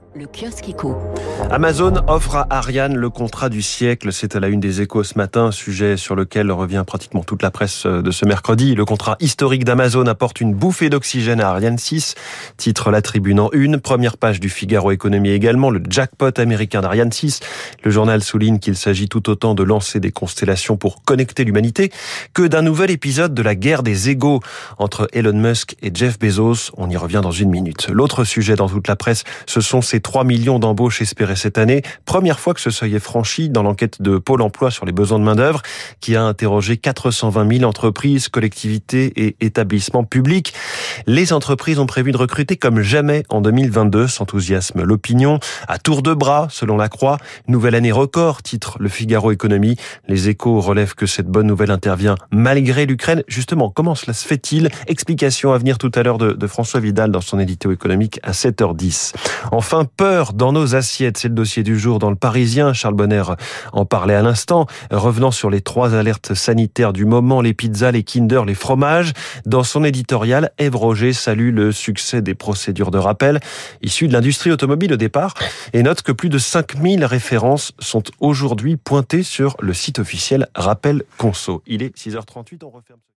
Le kiosque éco. Amazon offre à Ariane le contrat du siècle. C'est à la une des Échos ce matin, sujet sur lequel revient pratiquement toute la presse de ce mercredi. Le contrat historique d'Amazon apporte une bouffée d'oxygène à Ariane 6. Titre La Tribune en une. Première page du Figaro Économie également. Le jackpot américain d'Ariane 6. Le journal souligne qu'il s'agit tout autant de lancer des constellations pour connecter l'humanité que d'un nouvel épisode de la guerre des égos entre Elon Musk et Jeff Bezos. On y revient dans une minute. L'autre sujet dans toute la presse, ce sont ces 3 millions d'embauches espérées cette année. Première fois que ce seuil est franchi dans l'enquête de Pôle emploi sur les besoins de main-d'œuvre qui a interrogé 420 000 entreprises, collectivités et établissements publics. Les entreprises ont prévu de recruter comme jamais en 2022, s'enthousiasme l'opinion. À tour de bras, selon la Croix. Nouvelle année record, titre le Figaro Économie. Les Échos relèvent que cette bonne nouvelle intervient malgré l'Ukraine. Justement, comment cela se fait-il? Explication à venir tout à l'heure de François Vidal dans son édito économique à 7h10. Enfin, peur dans nos assiettes, c'est le dossier du jour dans le Parisien. Charles Bonner en parlait à l'instant. Revenant sur les 3 alertes sanitaires du moment, les pizzas, les Kinder, les fromages. Dans son éditorial, Ève Roger salue le succès des procédures de rappel issues de l'industrie automobile au départ et note que plus de 5000 références sont aujourd'hui pointées sur le site officiel Rappel Conso. Il est 6h38, on referme.